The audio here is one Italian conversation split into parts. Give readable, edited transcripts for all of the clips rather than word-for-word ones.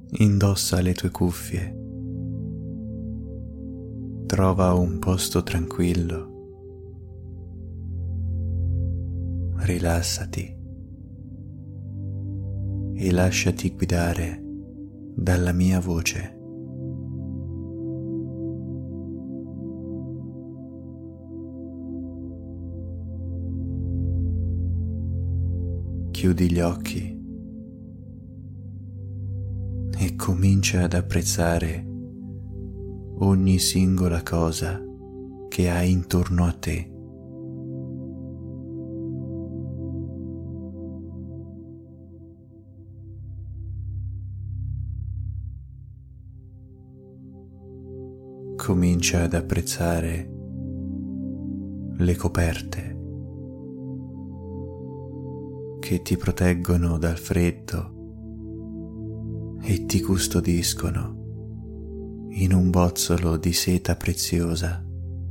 Indossa le tue cuffie, trova un posto tranquillo, rilassati e lasciati guidare dalla mia voce. Chiudi gli occhi e comincia ad apprezzare ogni singola cosa che hai intorno a te. Comincia ad apprezzare le coperte che ti proteggono dal freddo e ti custodiscono in un bozzolo di seta preziosa.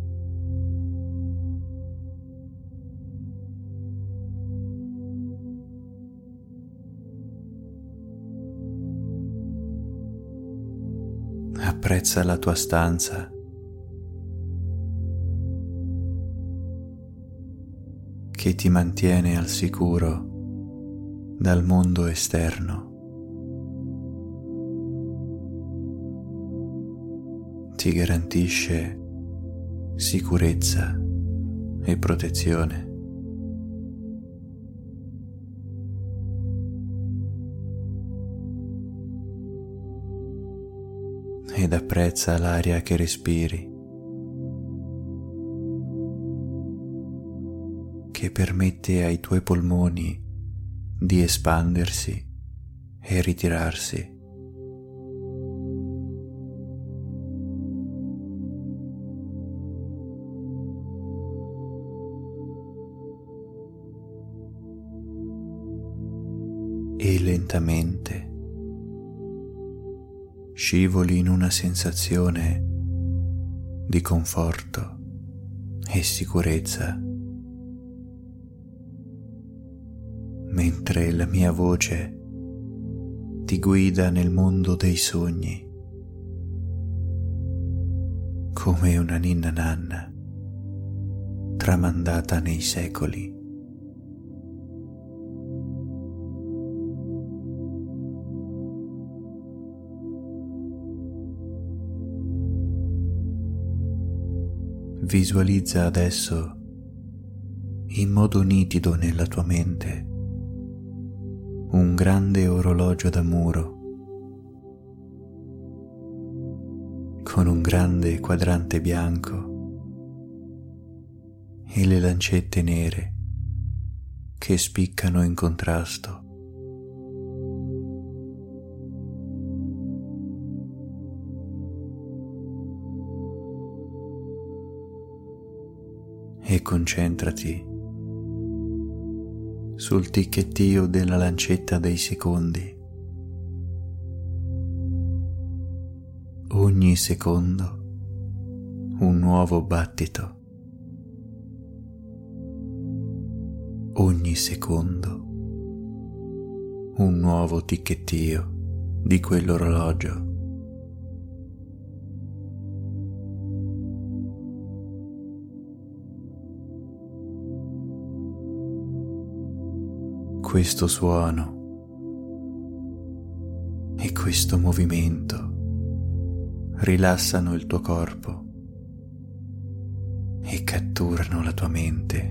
Apprezza la tua stanza, che ti mantiene al sicuro dal mondo esterno. Ti garantisce sicurezza e protezione. Ed apprezza l'aria che respiri, che permette ai tuoi polmoni di espandersi e ritirarsi. E lentamente scivoli in una sensazione di conforto e sicurezza, mentre la mia voce ti guida nel mondo dei sogni, come una ninna nanna tramandata nei secoli. Visualizza adesso in modo nitido nella tua mente un grande orologio da muro con un grande quadrante bianco e le lancette nere che spiccano in contrasto. E concentrati sul ticchettio della lancetta dei secondi. Ogni secondo un nuovo battito. Ogni secondo un nuovo ticchettio di quell'orologio. Questo suono e questo movimento rilassano il tuo corpo e catturano la tua mente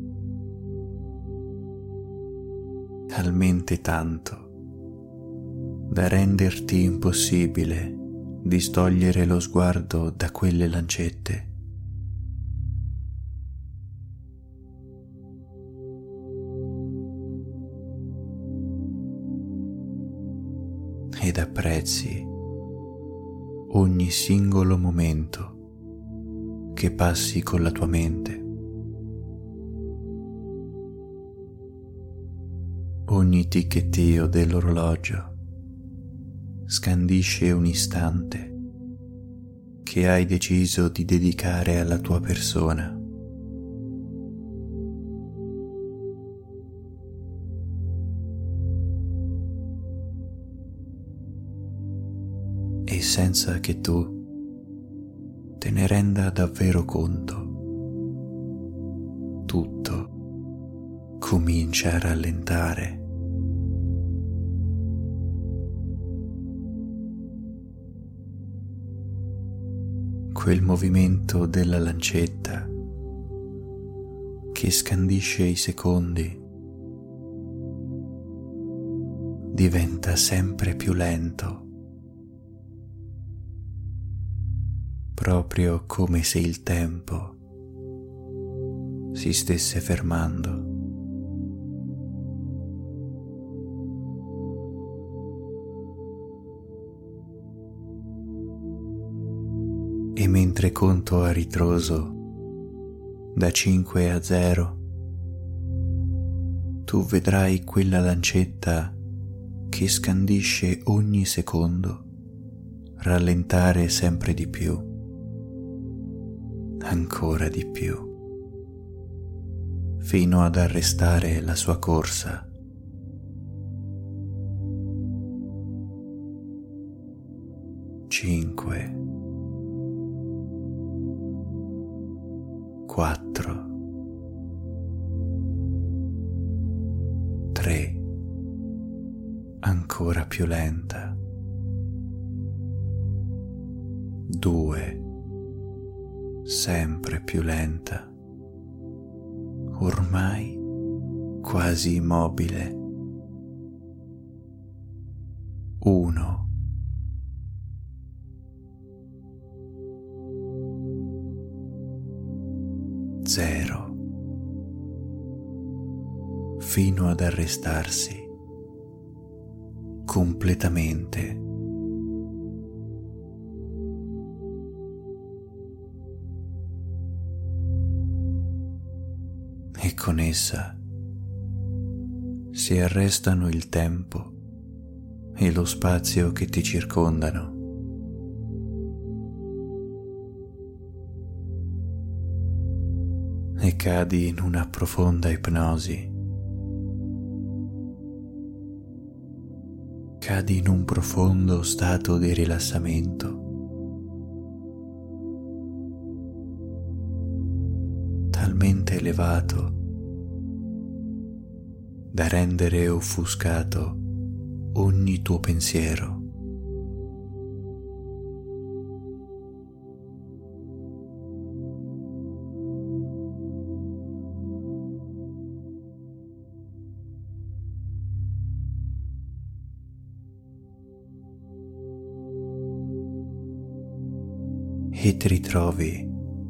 talmente tanto da renderti impossibile distogliere lo sguardo da quelle lancette. Ed apprezzi ogni singolo momento che passi con la tua mente. Ogni ticchettio dell'orologio scandisce un istante che hai deciso di dedicare alla tua persona. e senza che tu te ne renda davvero conto, tutto comincia a rallentare. Quel movimento della lancetta che scandisce i secondi diventa sempre più lento, proprio come se il tempo si stesse fermando. E mentre conto a ritroso da 5 a 0, tu vedrai quella lancetta che scandisce ogni secondo rallentare sempre di più, ancora di più, fino ad arrestare la sua corsa. Cinque, 4, 3, ancora più lenta, 2, sempre più lenta, ormai quasi immobile, 1, 0, fino ad arrestarsi completamente. E con essa si arrestano il tempo e lo spazio che ti circondano. E cadi in una profonda ipnosi. Cadi in un profondo stato di rilassamento, talmente elevato da rendere offuscato ogni tuo pensiero. E ti ritrovi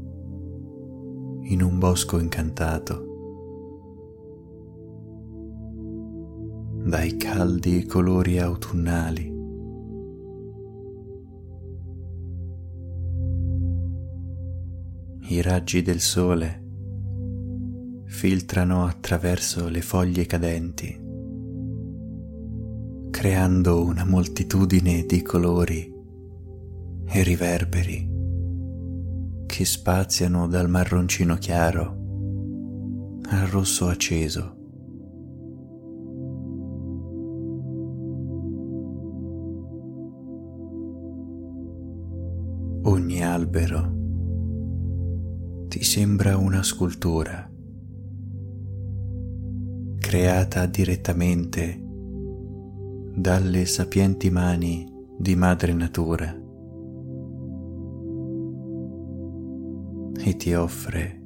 in un bosco incantato dai caldi colori autunnali. I raggi del sole filtrano attraverso le foglie cadenti, creando una moltitudine di colori e riverberi che spaziano dal marroncino chiaro al rosso acceso. Ogni albero ti sembra una scultura creata direttamente dalle sapienti mani di Madre Natura e ti offre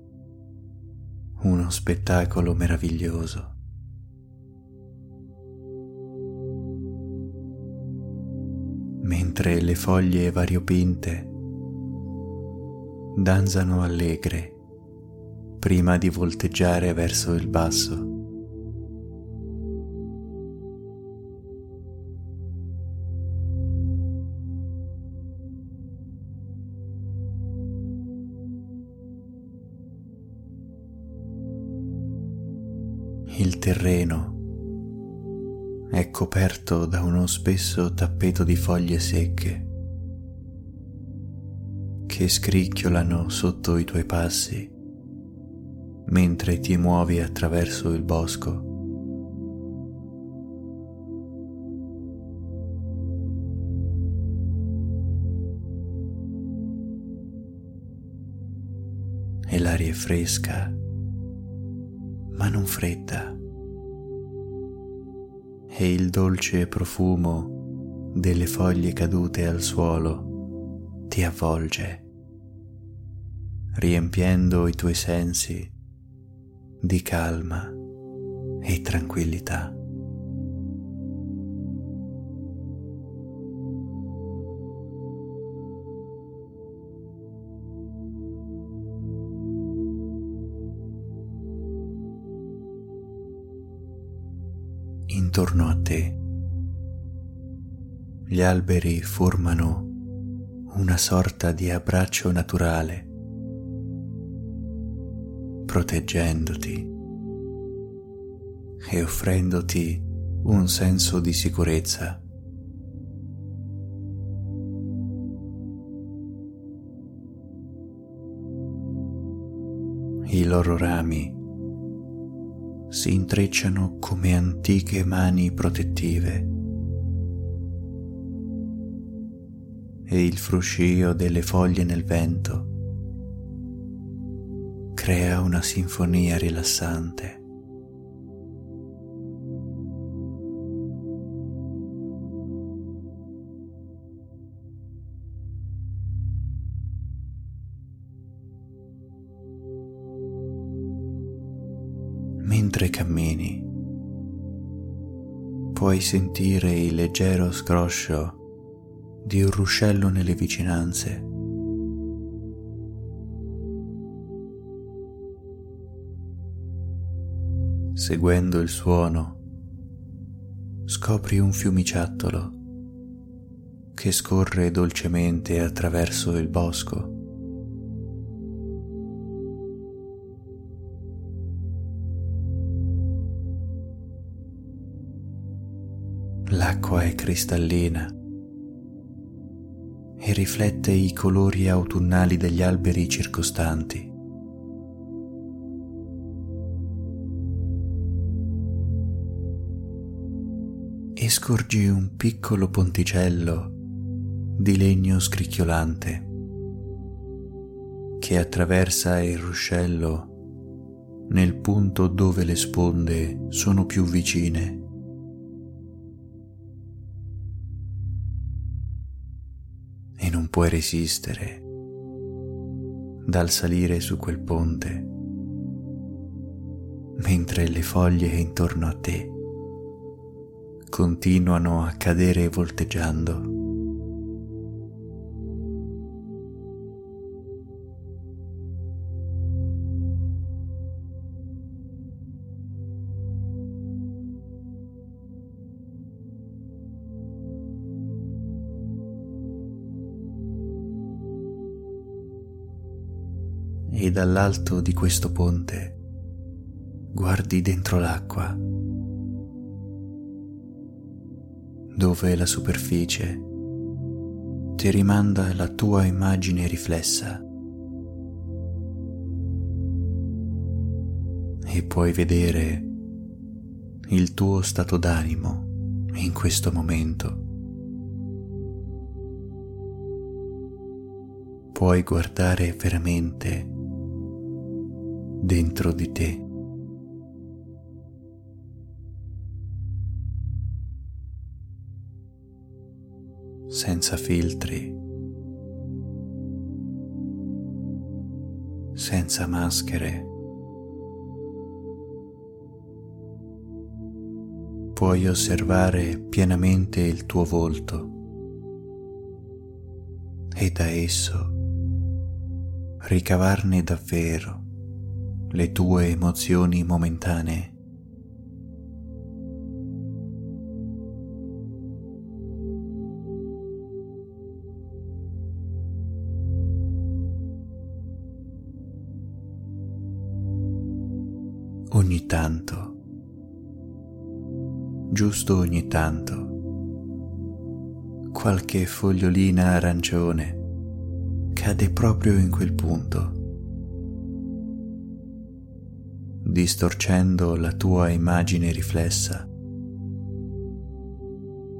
uno spettacolo meraviglioso. Mentre le foglie variopinte danzano allegre prima di volteggiare verso il basso. Il terreno è coperto da uno spesso tappeto di foglie secche che scricchiolano sotto i tuoi passi mentre ti muovi attraverso il bosco. l'aria è fresca, ma non fredda, e il dolce profumo delle foglie cadute al suolo ti avvolge, riempiendo i tuoi sensi di calma e tranquillità. Intorno a te gli alberi formano una sorta di abbraccio naturale, proteggendoti e offrendoti un senso di sicurezza. I loro rami si intrecciano come antiche mani protettive e il fruscio delle foglie nel vento crea una sinfonia rilassante. Mentre cammini, puoi sentire il leggero scroscio di un ruscello nelle vicinanze. Seguendo il suono, scopri un fiumiciattolo che scorre dolcemente attraverso il bosco. L'acqua è cristallina e riflette i colori autunnali degli alberi circostanti. E scorgi un piccolo ponticello di legno scricchiolante che attraversa il ruscello nel punto dove le sponde sono più vicine. E non puoi resistere dal salire su quel ponte, mentre le foglie intorno a te continuano a cadere volteggiando. E dall'alto di questo ponte guardi dentro l'acqua, dove la superficie ti rimanda la tua immagine riflessa e puoi vedere il tuo stato d'animo in questo momento. Puoi guardare veramente dentro di te. Senza filtri, senza maschere. Puoi osservare pienamente il tuo volto e da esso ricavarne davvero le tue emozioni momentanee. Ogni tanto, giusto ogni tanto, qualche fogliolina arancione cade proprio in quel punto, distorcendo la tua immagine riflessa.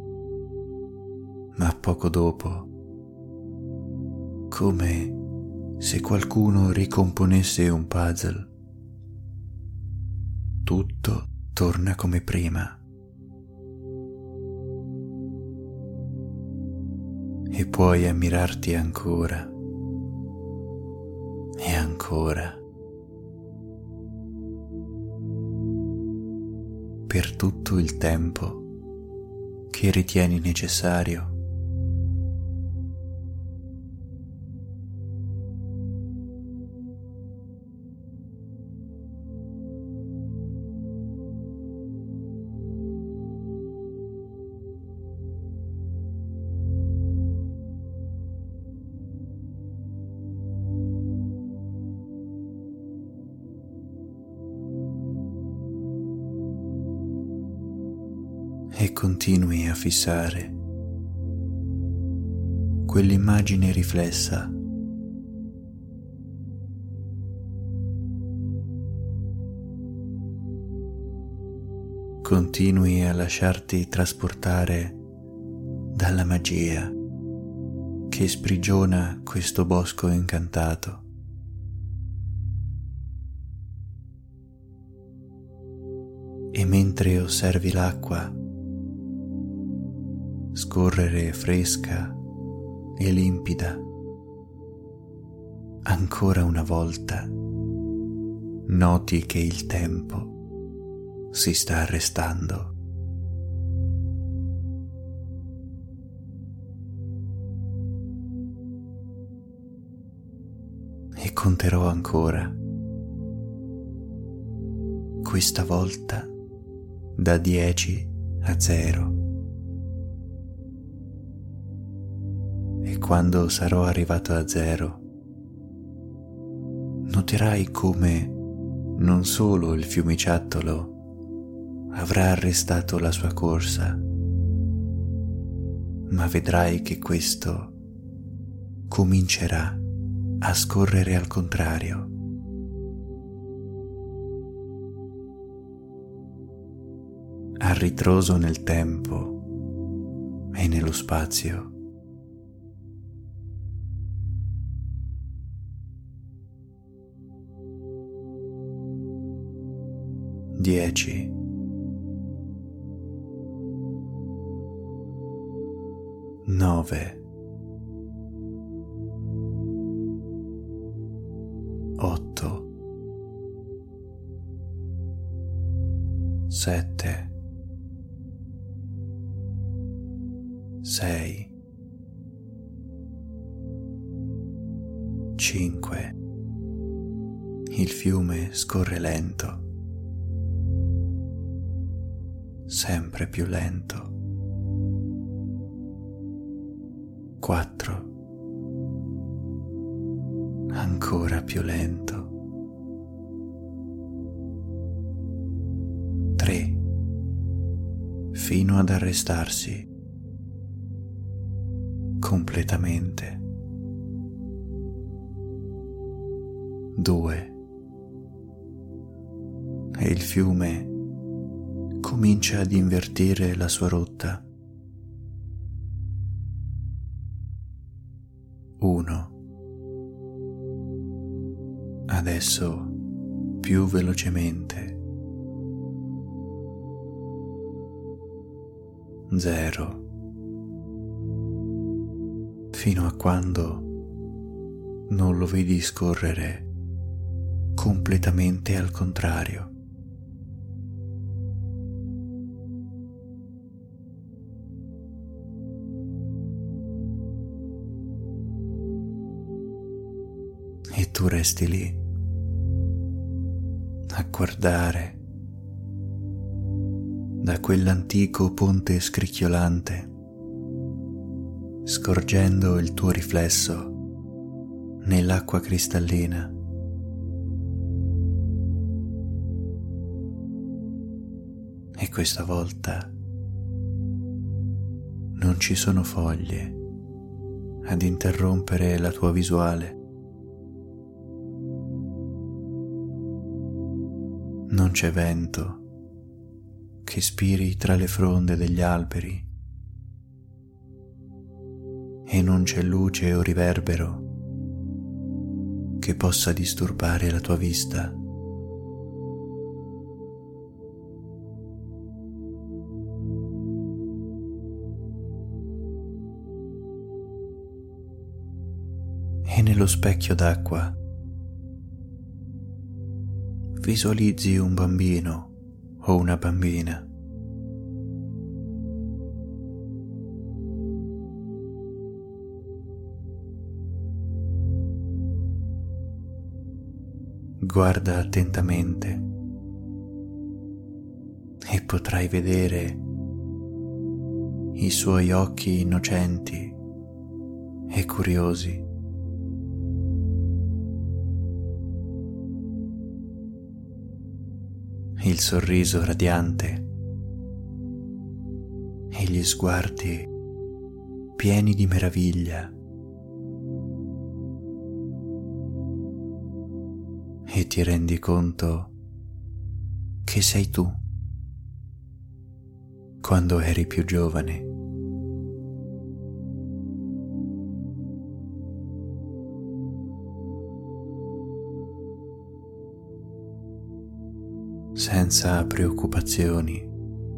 Ma poco dopo, come se qualcuno ricomponesse un puzzle, tutto torna come prima. E puoi ammirarti ancora e ancora per tutto il tempo che ritieni necessario. E continui a fissare quell'immagine riflessa. Continui a lasciarti trasportare dalla magia che sprigiona questo bosco incantato. E mentre osservi l'acqua scorrere fresca e limpida, ancora una volta noti che il tempo si sta arrestando. E conterò ancora, questa volta da 10 a 0. E quando sarò arrivato a 0, noterai come non solo il fiumiciattolo avrà arrestato la sua corsa, ma vedrai che questo comincerà a scorrere al contrario. A ritroso nel tempo e nello spazio. 10, 9, 8, 7, 6, 5. Il fiume scorre lento, sempre più lento. 4, ancora più lento. 3, fino ad arrestarsi completamente. 2, e il fiume comincia ad invertire la sua rotta. 1, adesso più velocemente. 0, fino a quando non lo vedi scorrere completamente al contrario. E tu resti lì a guardare da quell'antico ponte scricchiolante, scorgendo il tuo riflesso nell'acqua cristallina. E questa volta non ci sono foglie ad interrompere la tua visuale. Non c'è vento che spiri tra le fronde degli alberi e non c'è luce o riverbero che possa disturbare la tua vista. E nello specchio d'acqua visualizzi un bambino o una bambina. Guarda attentamente e potrai vedere i suoi occhi innocenti e curiosi. Il sorriso radiante e gli sguardi pieni di meraviglia. E ti rendi conto che sei tu quando eri più giovane. Senza preoccupazioni,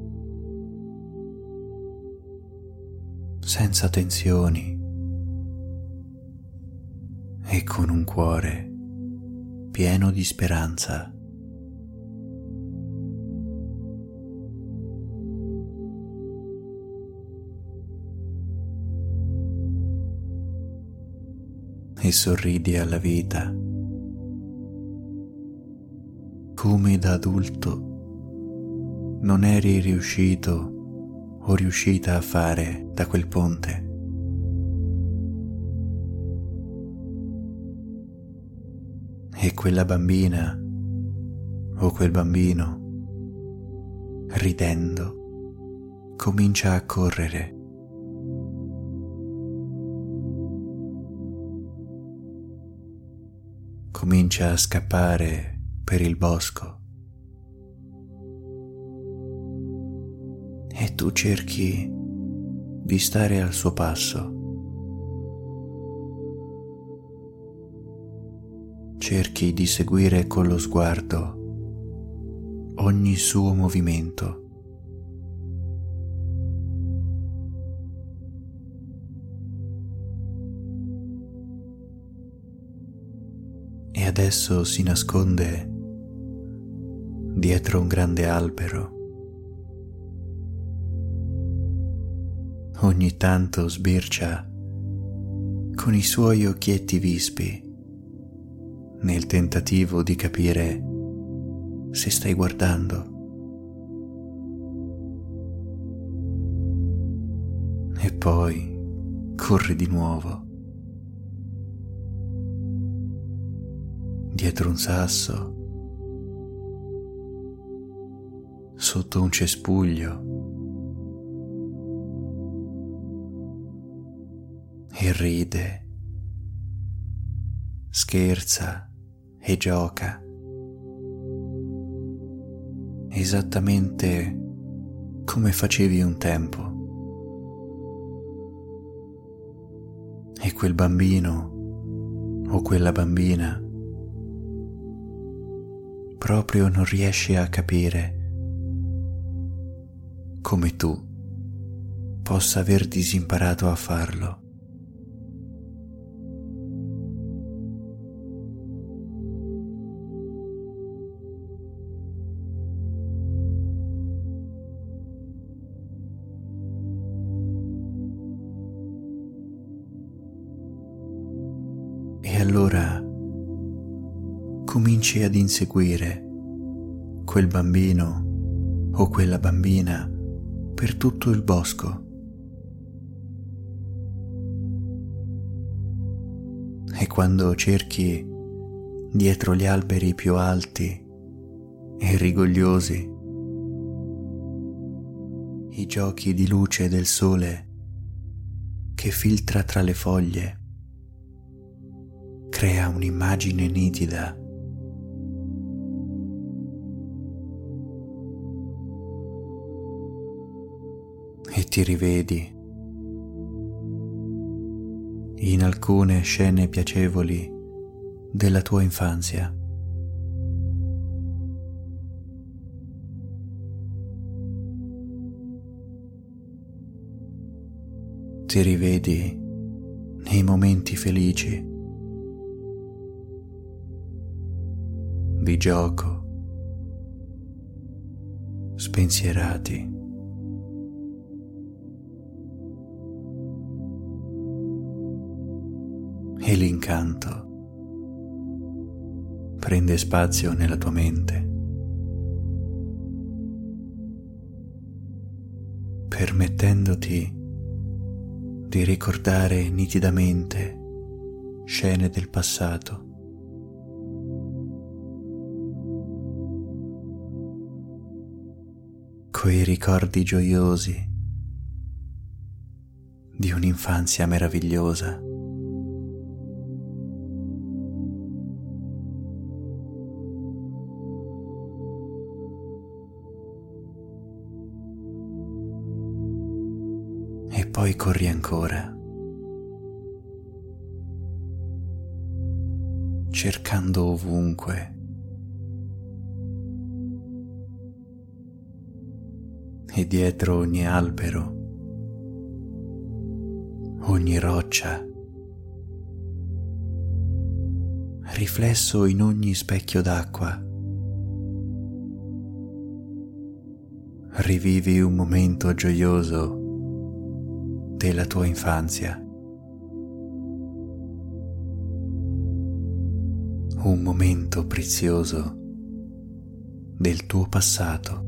senza tensioni e con un cuore pieno di speranza. E sorridi alla vita come da adulto non eri riuscito o riuscita a fare da quel ponte. E quella bambina o quel bambino, ridendo, comincia a correre. Comincia a scappare per il bosco. E tu cerchi di stare al suo passo. Cerchi di seguire con lo sguardo ogni suo movimento. E adesso si nasconde dietro un grande albero. Ogni tanto sbircia con i suoi occhietti vispi nel tentativo di capire se stai guardando. E poi corri di nuovo dietro un sasso, sotto un cespuglio, e ride, scherza e gioca, esattamente come facevi un tempo. E quel bambino o quella bambina proprio non riesce a capire come tu possa aver disimparato a farlo. E allora cominci ad inseguire quel bambino o quella bambina per tutto il bosco. E quando cerchi dietro gli alberi più alti e rigogliosi i giochi di luce del sole che filtra tra le foglie, crea un'immagine nitida. E ti rivedi in alcune scene piacevoli della tua infanzia. Ti rivedi nei momenti felici di gioco, spensierati. E l'incanto prende spazio nella tua mente, permettendoti di ricordare nitidamente scene del passato, quei ricordi gioiosi di un'infanzia meravigliosa. E poi corri ancora, cercando ovunque e dietro ogni albero, ogni roccia, riflesso in ogni specchio d'acqua, rivivi un momento gioioso della tua infanzia, un momento prezioso del tuo passato.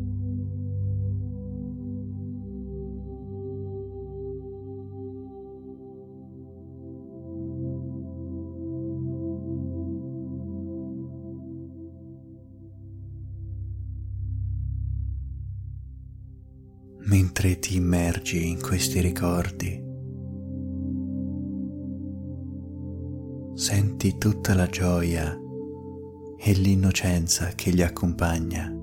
Mentre ti immergi in questi ricordi, senti tutta la gioia e l'innocenza che li accompagna.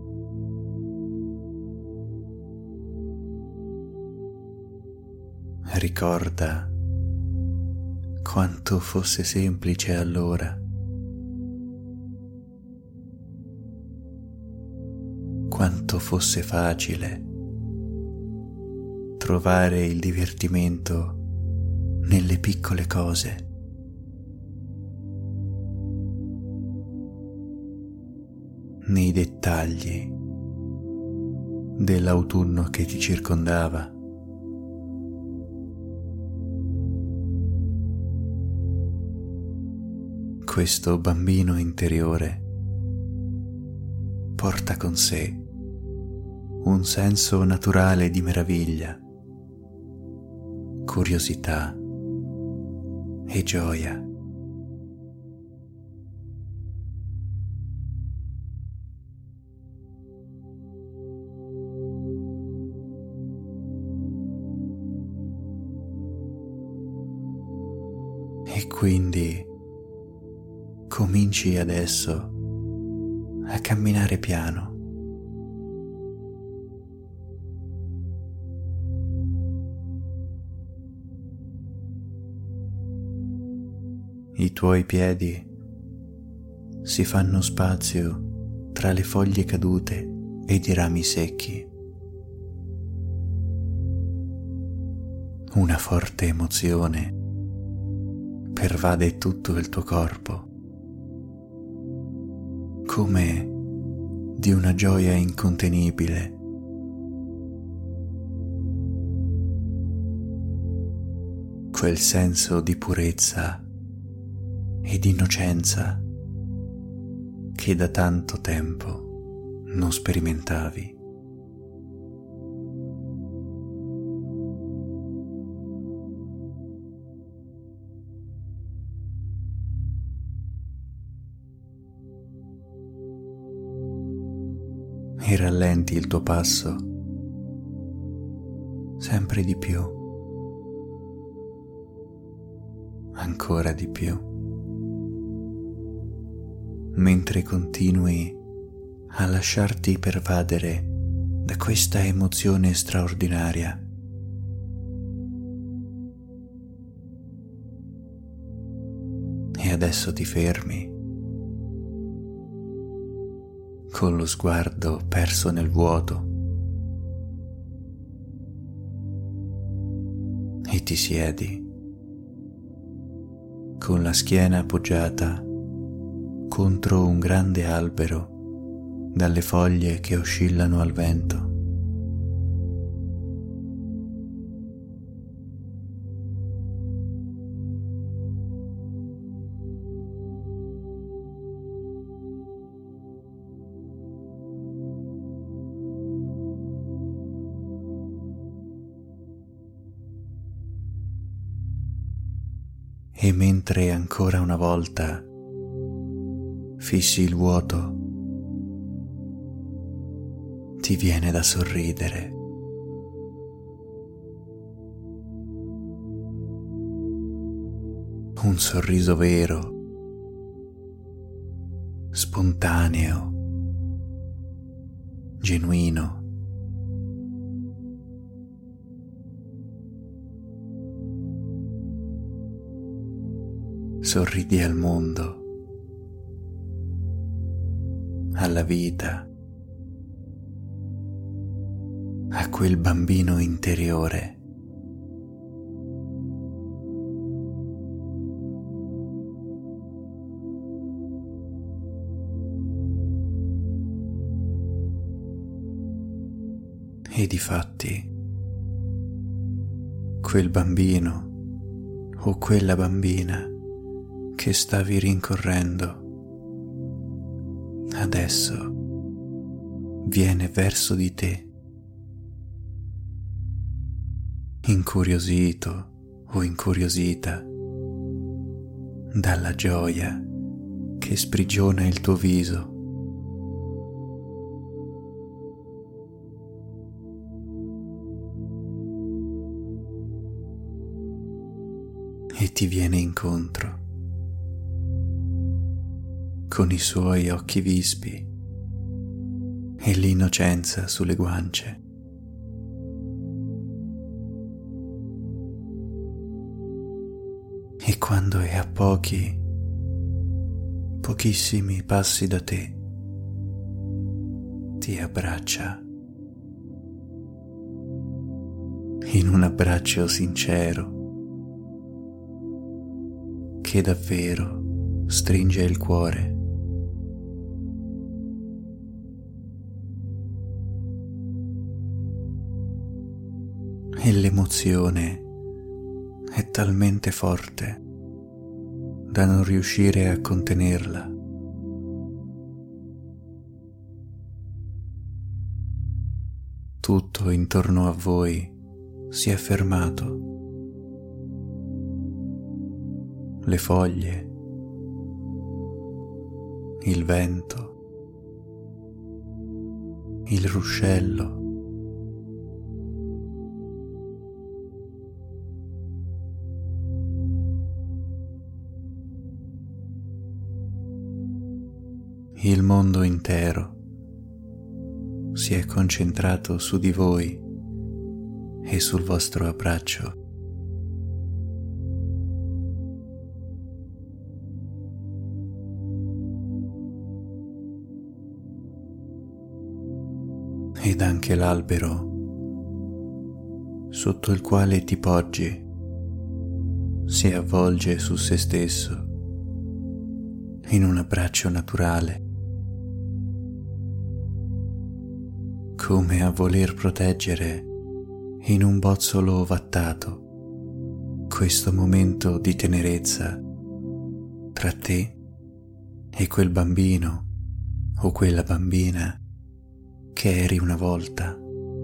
Ricorda quanto fosse semplice allora, quanto fosse facile trovare il divertimento nelle piccole cose. Nei dettagli dell'autunno che ti circondava. Questo bambino interiore porta con sé un senso naturale di meraviglia, curiosità e gioia. E quindi cominci adesso a camminare piano. I tuoi piedi si fanno spazio tra le foglie cadute ed i rami secchi. Una forte emozione pervade tutto il tuo corpo, come di una gioia incontenibile. Quel senso di purezza e di innocenza che da tanto tempo non sperimentavi. E rallenti il tuo passo sempre di più, ancora di più, mentre continui a lasciarti pervadere da questa emozione straordinaria. E adesso ti fermi, con lo sguardo perso nel vuoto, e ti siedi, con la schiena appoggiata contro un grande albero dalle foglie che oscillano al vento. E mentre ancora una volta fissi il vuoto, ti viene da sorridere. Un sorriso vero, spontaneo, genuino. Sorridi al mondo, alla vita, a quel bambino interiore. E difatti, quel bambino o quella bambina che stavi rincorrendo adesso viene verso di te, incuriosito o incuriosita dalla gioia che sprigiona il tuo viso. E ti viene incontro con i suoi occhi vispi e l'innocenza sulle guance. E quando è a pochissimi passi da te, ti abbraccia in un abbraccio sincero che davvero stringe il cuore. E l'emozione è talmente forte da non riuscire a contenerla. Tutto intorno a voi si è fermato. Le foglie, il vento, il ruscello. Il mondo intero si è concentrato su di voi e sul vostro abbraccio. Ed anche l'albero sotto il quale ti poggi si avvolge su se stesso in un abbraccio naturale, come a voler proteggere in un bozzolo ovattato questo momento di tenerezza tra te e quel bambino o quella bambina che eri una volta.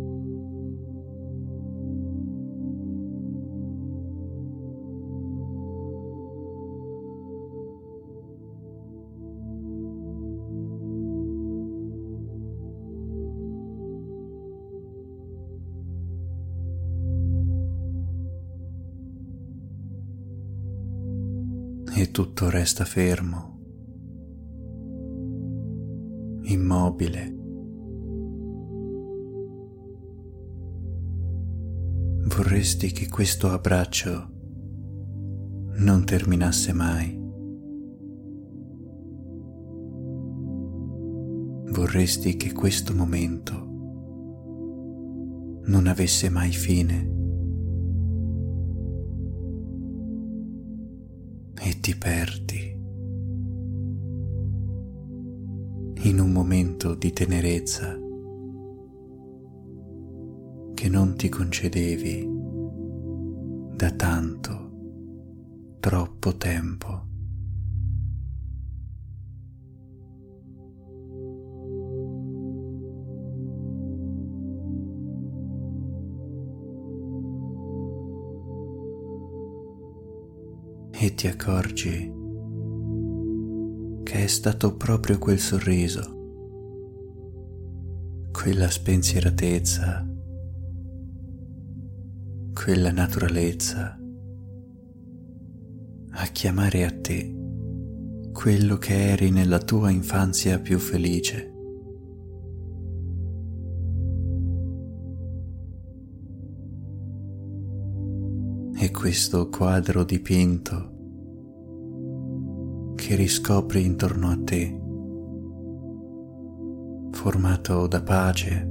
E tutto resta fermo, immobile. Vorresti che questo abbraccio non terminasse mai. vorresti che questo momento non avesse mai fine e ti perdi in un momento di tenerezza che non ti concedevi da tanto, troppo tempo. E ti accorgi che è stato proprio quel sorriso, quella spensieratezza, quella naturalezza a chiamare a te quello che eri nella tua infanzia più felice. E questo quadro dipinto che riscopri intorno a te, formato da pace,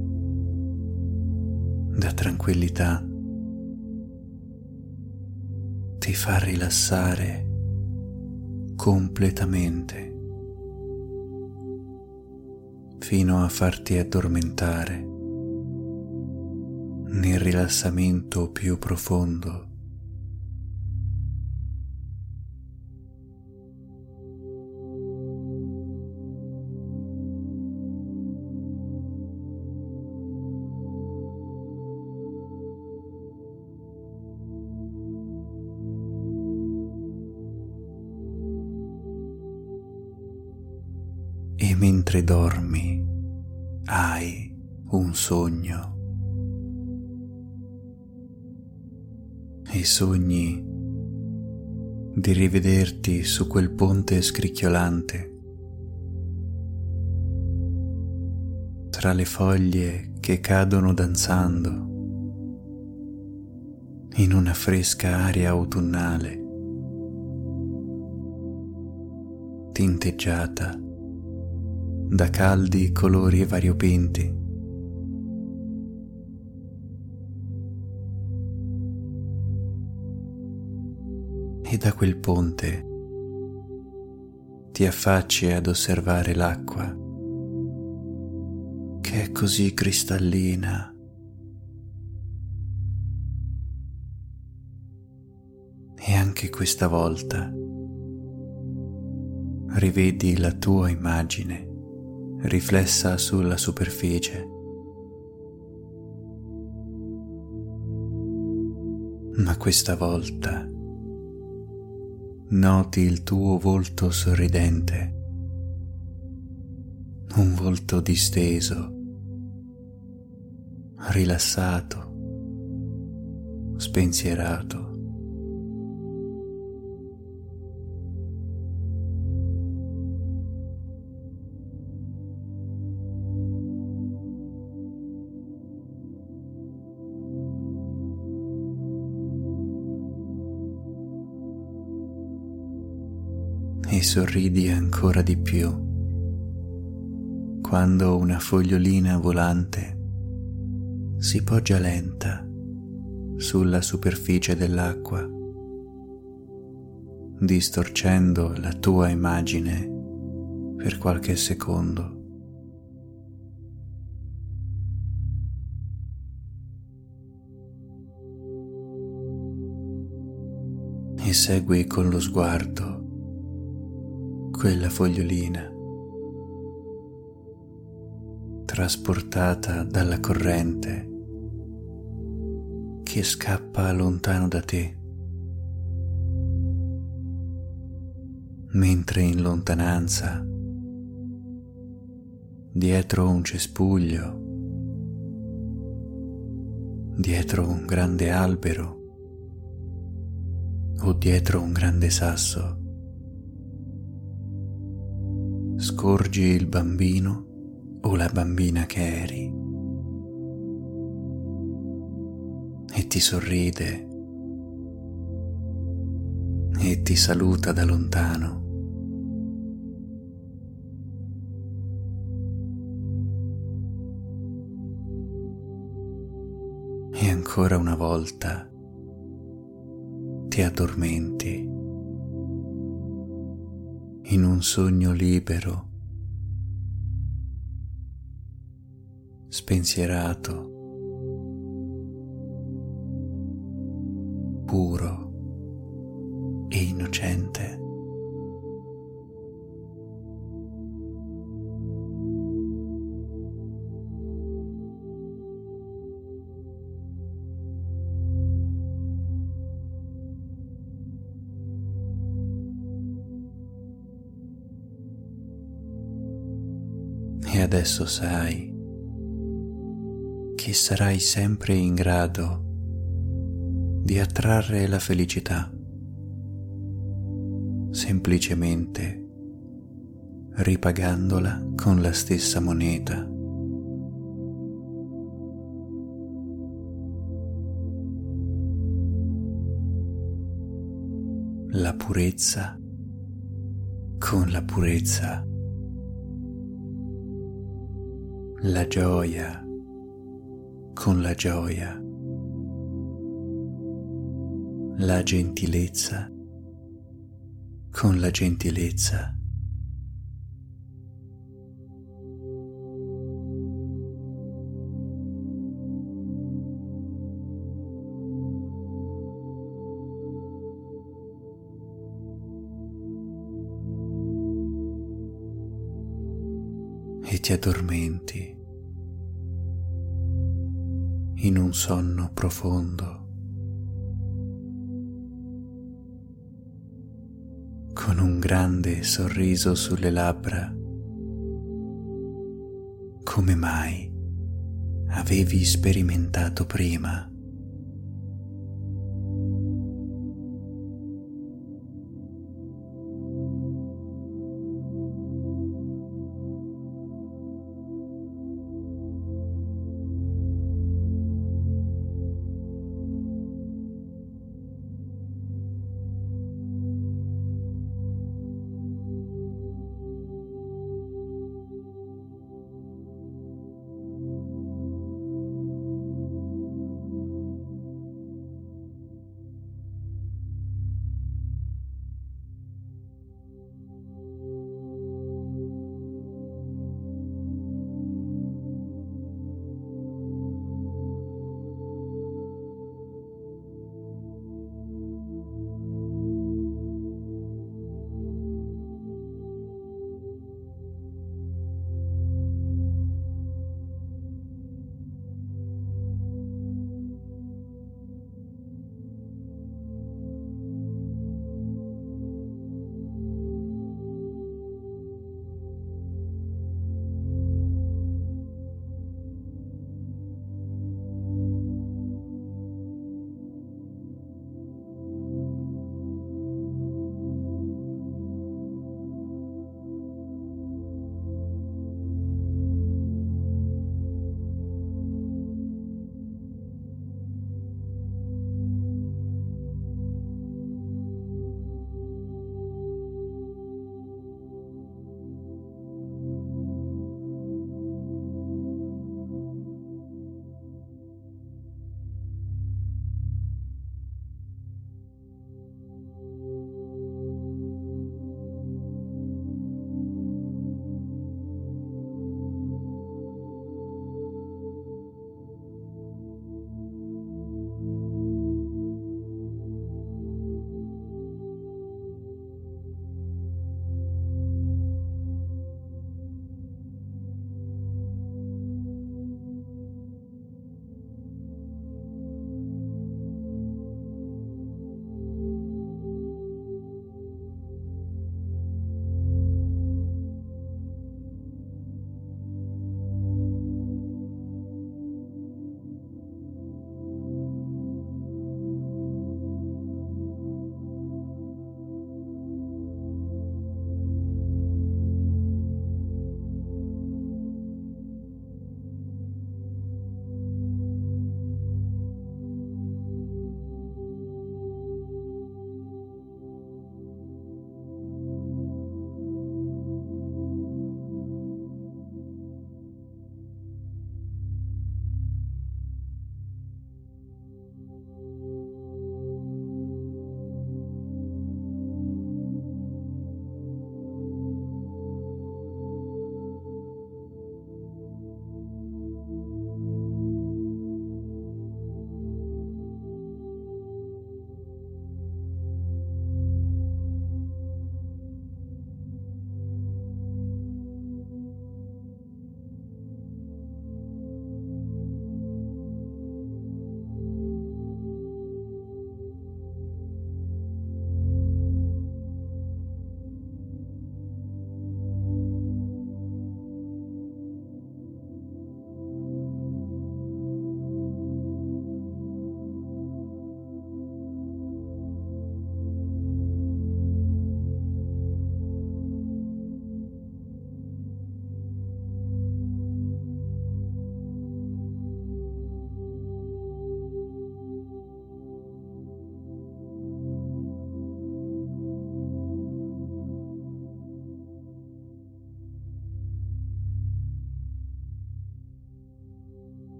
da tranquillità, ti fa rilassare completamente fino a farti addormentare nel rilassamento più profondo. E mentre dormi hai un sogno e sogni di rivederti su quel ponte scricchiolante tra le foglie che cadono danzando in una fresca aria autunnale tinteggiata da caldi colori variopinti. E da quel ponte ti affacci ad osservare l'acqua, che è così cristallina e anche questa volta rivedi la tua immagine riflessa sulla superficie, ma questa volta noti il tuo volto sorridente, un volto disteso, rilassato, spensierato. E sorridi ancora di più quando una fogliolina volante si poggia lenta sulla superficie dell'acqua, distorcendo la tua immagine per qualche secondo. E segui con lo sguardo quella fogliolina trasportata dalla corrente che scappa lontano da te, mentre in lontananza, dietro un cespuglio, dietro un grande albero o dietro un grande sasso, scorgi il bambino o la bambina che eri e ti sorride e ti saluta da lontano. ancora una volta ti addormenti in un sogno libero, spensierato, puro e innocente. E adesso sai che sarai sempre in grado di attrarre la felicità, semplicemente ripagandola con la stessa moneta. La purezza con la purezza. La gioia con la gioia, la gentilezza con la gentilezza. E ti addormenti in un sonno profondo, con un grande sorriso sulle labbra, come mai avevi sperimentato prima.